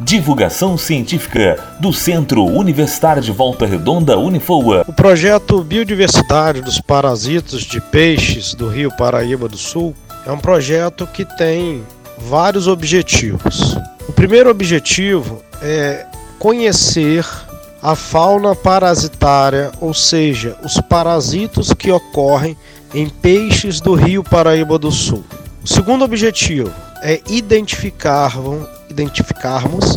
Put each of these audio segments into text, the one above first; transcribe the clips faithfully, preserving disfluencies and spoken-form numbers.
Divulgação científica do Centro Universitário de Volta Redonda, Unifoa. O projeto Biodiversidade dos Parasitos de Peixes do Rio Paraíba do Sul é um projeto que tem vários objetivos. O primeiro objetivo é conhecer a fauna parasitária, ou seja, os parasitos que ocorrem em peixes do Rio Paraíba do Sul. O segundo objetivo é identificar, identificarmos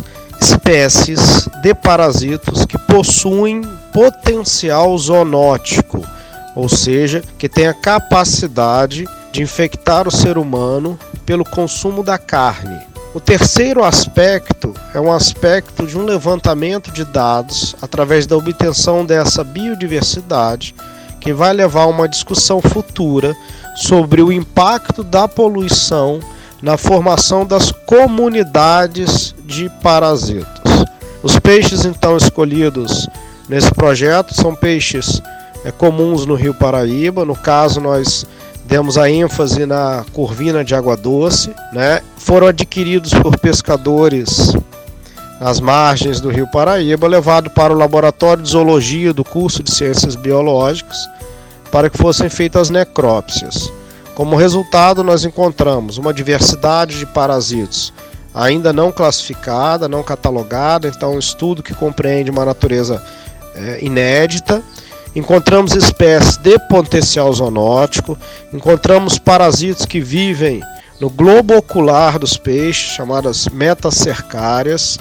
espécies de parasitos que possuem potencial zoonótico, ou seja, que têm a capacidade de infectar o ser humano pelo consumo da carne. O terceiro aspecto é um aspecto de um levantamento de dados através da obtenção dessa biodiversidade, que vai levar a uma discussão futura sobre o impacto da poluição na formação das comunidades de parasitos. Os peixes então escolhidos nesse projeto são peixes é, comuns no Rio Paraíba. No caso, nós demos a ênfase na corvina de água doce, né? Foram adquiridos por pescadores nas margens do Rio Paraíba, levado para o laboratório de zoologia do curso de ciências biológicas para que fossem feitas necrópsias. Como resultado, nós encontramos uma diversidade de parasitos ainda não classificada, não catalogada, então um estudo que compreende uma natureza é, inédita. Encontramos espécies de potencial zoonótico, encontramos parasitos que vivem no globo ocular dos peixes, chamadas metacercárias,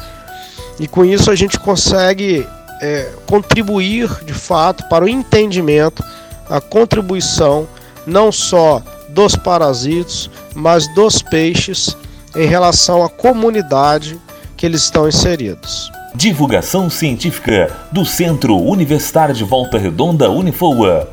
e com isso a gente consegue é, contribuir de fato para o entendimento, a contribuição não só dos parasitos, mas dos peixes em relação à comunidade que eles estão inseridos. Divulgação científica do Centro Universitário de Volta Redonda, Unifoa.